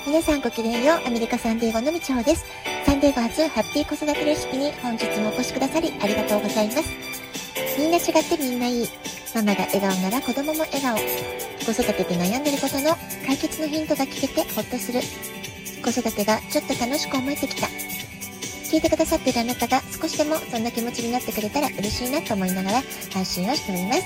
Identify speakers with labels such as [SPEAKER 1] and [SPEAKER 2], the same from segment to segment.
[SPEAKER 1] 皆さんごきげんよう。アメリカサンディエゴのみちほです。サンディエゴ初ハッピー子育てレシピに本日もお越しくださりありがとうございます。みんな違ってみんないい。ママが笑顔なら子供も笑顔。子育てで悩んでることの解決のヒントが聞けてほっとする。子育てがちょっと楽しく思えてきた。聞いてくださっているあなたが少しでもそんな気持ちになってくれたら嬉しいなと思いながら配信をしております。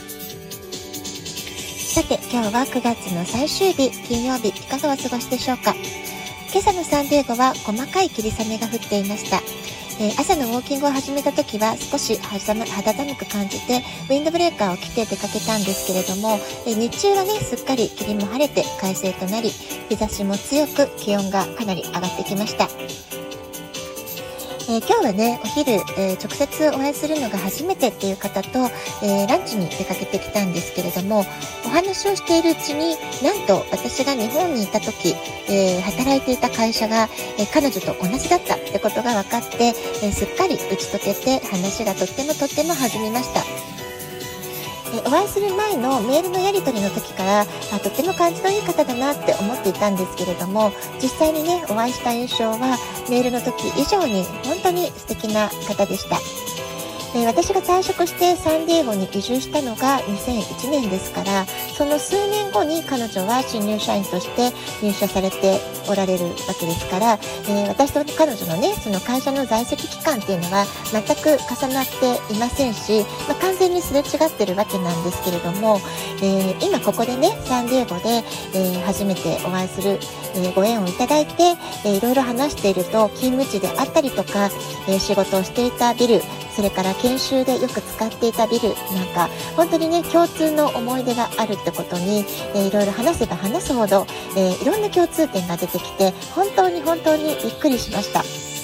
[SPEAKER 1] さて、今日は9月の最終日、金曜日、いかがお過ごしでしょうか。今朝のサンディエゴは細かい霧雨が降っていました。朝のウォーキングを始めた時は少し肌寒く感じてウィンドブレーカーを着て出かけたんですけれども、日中はねすっかり霧も晴れて快晴となり、日差しも強く気温がかなり上がってきました。今日はねお昼、直接お会いするのが初めてっていう方と、ランチに出かけてきたんですけれども、お話をしているうちになんと私が日本にいた時、働いていた会社が、彼女と同じだったってことが分かって、すっかり打ち解けて話がとっても弾みました。お会いする前のメールのやり取りの時からとっても感じのいい方だなって思っていたんですけれども、実際にねお会いした印象はメールの時以上に本当に素敵な方でした。私が退職してサンディエゴに移住したのが2001年ですから、その数年後に彼女は新入社員として入社されておられるわけですから、私と彼女のねその会社の在籍期間っていうのは全く重なっていませんし、完全にすれ違ってるわけなんですけれども、今ここでねサンディエゴで、初めてお会いする、ご縁をいただいて、いろいろ話していると勤務地であったりとか、仕事をしていたビル、それから研修でよく使っていたビルなんか本当にね共通の思い出があるってことに、いろいろ話せば話すほど、いろんな共通点が出てきて本当にびっくりしました。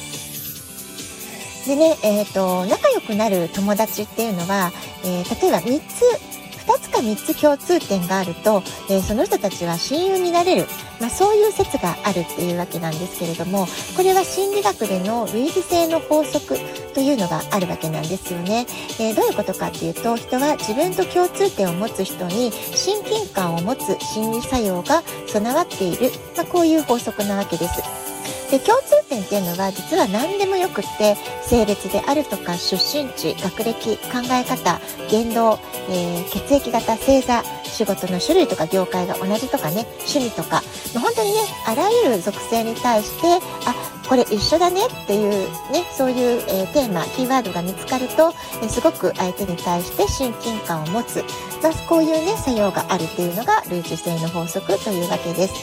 [SPEAKER 1] でね、仲良くなる友達っていうのは、例えば2つか3つ共通点があると、その人たちは親友になれる、そういう説があるっていうわけなんですけれども、これは心理学での類似性の法則というのがあるわけなんですよね。どういうことかっていうと、人は自分と共通点を持つ人に親近感を持つ心理作用が備わっている、こういう法則なわけです。で、共通点っていうのは実は何でもよくって、性別であるとか出身地、学歴、考え方、言動、血液型、星座、仕事の種類とか業界が同じとかね、趣味とか、本当にねあらゆる属性に対してこれ一緒だねっていうね、そういう、テーマキーワードが見つかると、すごく相手に対して親近感を持つ、こういうね作用があるっていうのが類似性の法則というわけです。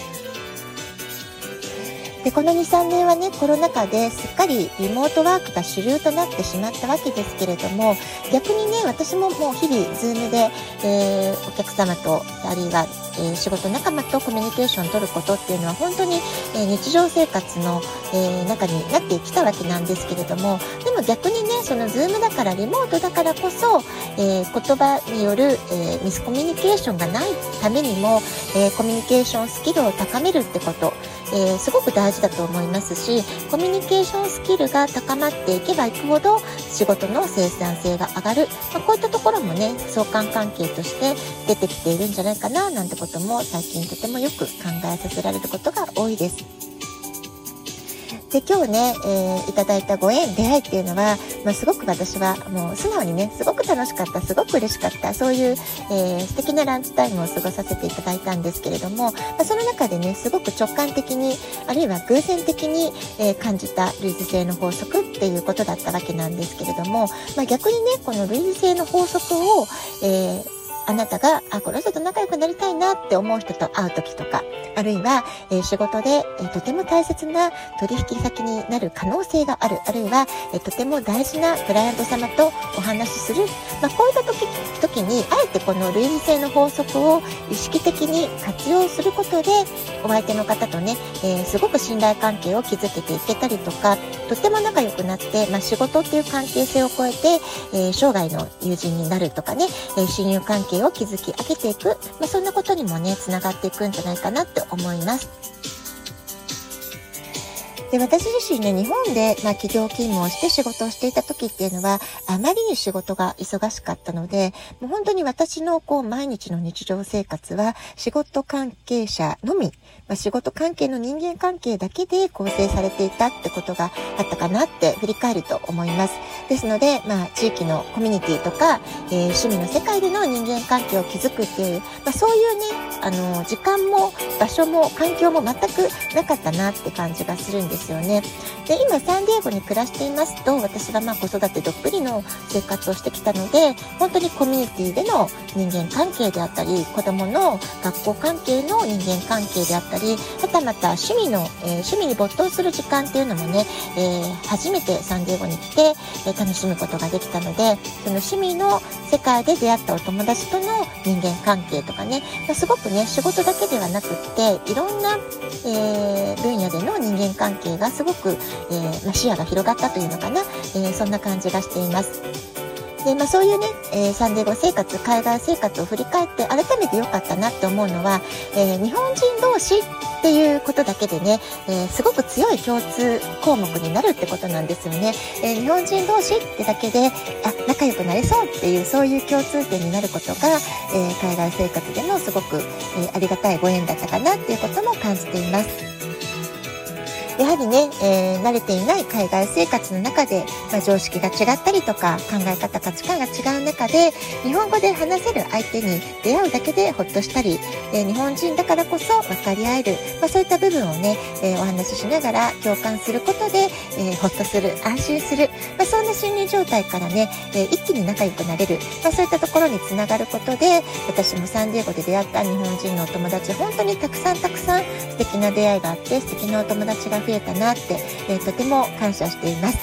[SPEAKER 1] で、この 2,3 年はねコロナ禍ですっかりリモートワークが主流となってしまったわけですけれども、逆にね私ももう日々ズームで、お客様とあるいは、仕事仲間とコミュニケーションを取ることっていうのは本当に、日常生活の、中になってきたわけなんですけれども、でも逆にねそのズームだからリモートだからこそ、言葉による、ミスコミュニケーションがないためにも、コミュニケーションスキルを高めるってこと、すごく大事だと思いますし、コミュニケーションスキルが高まっていけばいくほど仕事の生産性が上がる、こういったところもね相関関係として出てきているんじゃないかななんてことも最近とてもよく考えさせられることが多いです。で、今日ね、いただいたご縁、出会いっていうのは、すごく私はもう素直にねすごく楽しかった、すごく嬉しかった、そういう、素敵なランチタイムを過ごさせていただいたんですけれども、その中でねすごく直感的にあるいは偶然的に、感じた類似性の法則っていうことだったわけなんですけれども、逆にねこの類似性の法則を、あなたがこの人と仲良くなりたいなって思う人と会う時とか、あるいは、仕事で、とても大切な取引先になる可能性がある、あるいは、とても大事なクライアント様とお話しする、こういった時にあえてこの類似性の法則を意識的に活用することでお相手の方とね、すごく信頼関係を築けていけたりとか、とても仲良くなって、仕事っていう関係性を超えて、生涯の友人になるとかね、親友関係を築き上げていく、そんなことにもねつながっていくんじゃないかなって思います。で、私自身ね日本で、企業勤務をして仕事をしていた時っていうのはあまりに仕事が忙しかったので、もう本当に私の毎日の日常生活は仕事関係者のみ仕事関係の人間関係だけで構成されていたってことがあったかなって振り返ると思います。ですので、地域のコミュニティとか、趣味の世界での人間関係を築くっていう、そういうね、時間も場所も環境も全くなかったなって感じがするんですよね。で、今サンディエゴに暮らしていますと、私は子育てどっぷりの生活をしてきたので、本当にコミュニティでの人間関係であったり、子供の学校関係の人間関係であったり、はたまた趣味に没頭する時間っていうのもね、初めてサンディエゴに来て、楽しむことができたので、その趣味の世界で出会ったお友達との人間関係とかね、すごくね、仕事だけではなくっていろんな、分野での人間関係がすごく、視野が広がったというのかな、そんな感じがしています。で、そういうね、サンディエゴ生活、海外生活を振り返って改めて良かったなって思うのは、日本人同士っていうことだけでね、すごく強い共通項目になるってことなんですよね。日本人同士ってだけで仲良くなれそうっていう、そういう共通点になることが、海外生活でもすごく、ありがたいご縁だったかなっていうことも感じています。やはりね、慣れていない海外生活の中で、常識が違ったりとか考え方価値観が違う中で日本語で話せる相手に出会うだけでほっとしたり、日本人だからこそ分かり合える、そういった部分をね、お話ししながら共感することで、ほっとする、安心する、そんな心理状態からね、一気に仲良くなれる、そういったところにつながることで、私もサンディエゴで出会った日本人のお友達、本当にたくさん素敵な出会いがあって素敵なお友達が増えたなって、とても感謝しています。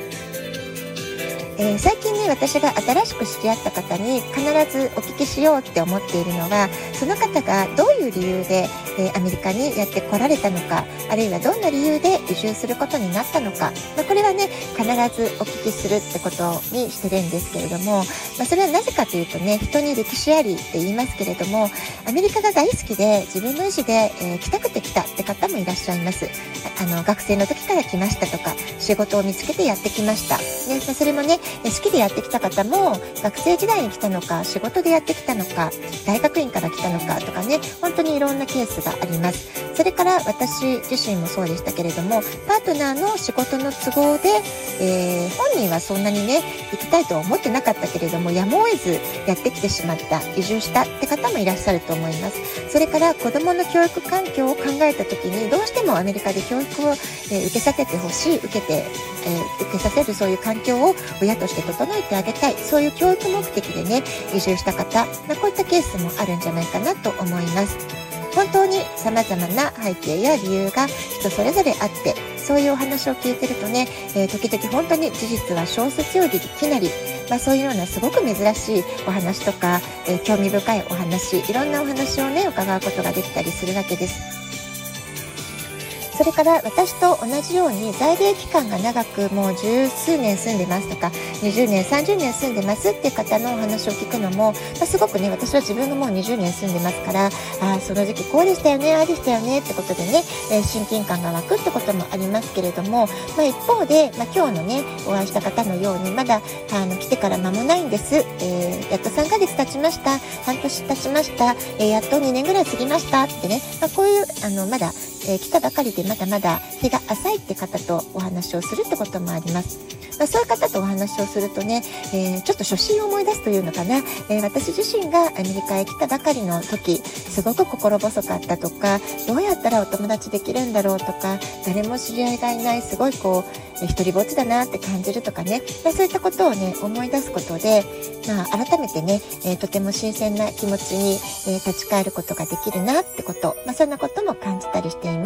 [SPEAKER 1] 最近ね、私が新しく知り合った方に必ずお聞きしようって思っているのは、その方がどういう理由で、アメリカにやって来られたのか、あるいはどんな理由で移住することになったのか、これはね、必ずお聞きするってことにしてるんですけれども、それはなぜかというとね、人に歴史ありって言いますけれども、アメリカが大好きで自分の意思で、来たくて来たって方もいらっしゃいます。学生の時から来ましたとか、仕事を見つけてやってきました、ね、それもね、好きでやってきた方も学生時代に来たのか、仕事でやってきたのか、大学院から来たのかとかね、本当にいろんなケースがあります。それから私自身もそうでしたけれども、パートナーの仕事の都合で、本人はそんなにね行きたいとは思ってなかったけれども、やむを得ずやってきてしまった、移住したって方もいらっしゃると思います。それから子どもの教育環境を考えた時に、どうしてもアメリカで教育を、受けさせてほしい、受けさせるそういう環境を親として整えてあげたい、そういう教育目的でね移住した方、こういったケースもあるんじゃないかなと思います。本当に様々な背景や理由が人それぞれあって、そういうお話を聞いてるとね、時々本当に事実は小説よりきなり、そういうようなすごく珍しいお話とか、興味深いお話、いろんなお話をね伺うことができたりするわけです。それから私と同じように在留期間が長くもう十数年住んでますとか、20年30年住んでますっていう方のお話を聞くのも、すごくね、私は自分がもう20年住んでますから、その時期こうでしたよね、ああでしたよねってことでね、親近感が湧くってこともありますけれども、一方で、今日のねお会いした方のように、まだ来てから間もないんです、やっと3ヶ月経ちました、半年経ちました、やっと2年ぐらい過ぎましたってね、こういうまだ来たばかりでまだまだ日が浅いって方とお話をするってこともあります。そういう方とお話をするとね、ちょっと初心を思い出すというのかな、私自身がアメリカへ来たばかりの時、すごく心細かったとか、どうやったらお友達できるんだろうとか、誰も知り合いがいない、すごい一人ぼっちだなって感じるとかね、そういったことをね思い出すことで、改めてね、とても新鮮な気持ちに、立ち返ることができるなってこと、そんなことも感じたりしています。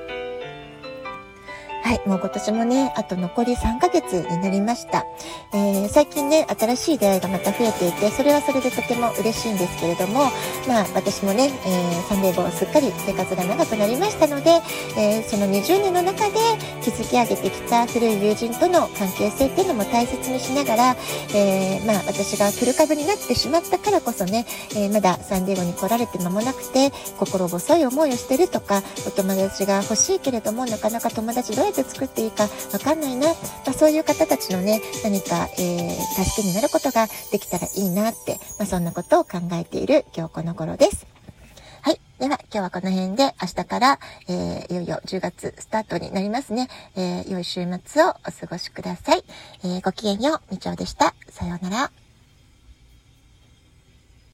[SPEAKER 1] はい、もう今年もね、あと残り3ヶ月になりました。最近ね、新しい出会いがまた増えていて、それはそれでとても嬉しいんですけれども、私もね、サンディエゴすっかり生活が長くなりましたので、その20年の中で築き上げてきた古い友人との関係性っていうのも大切にしながら、私が古株になってしまったからこそね、まだサンディエゴに来られて間もなくて、心細い思いをしてるとか、お友達が欲しいけれども、なかなか友達どうやって作っていいかわかんないな、そういう方たちのね、何か、助けになることができたらいいなって、そんなことを考えている今日この頃です。はい、 では、今日はこの辺で、明日から、いよいよ10月スタートになりますね。良い週末をお過ごしください。ごきげんよう、みちおでした。さようなら。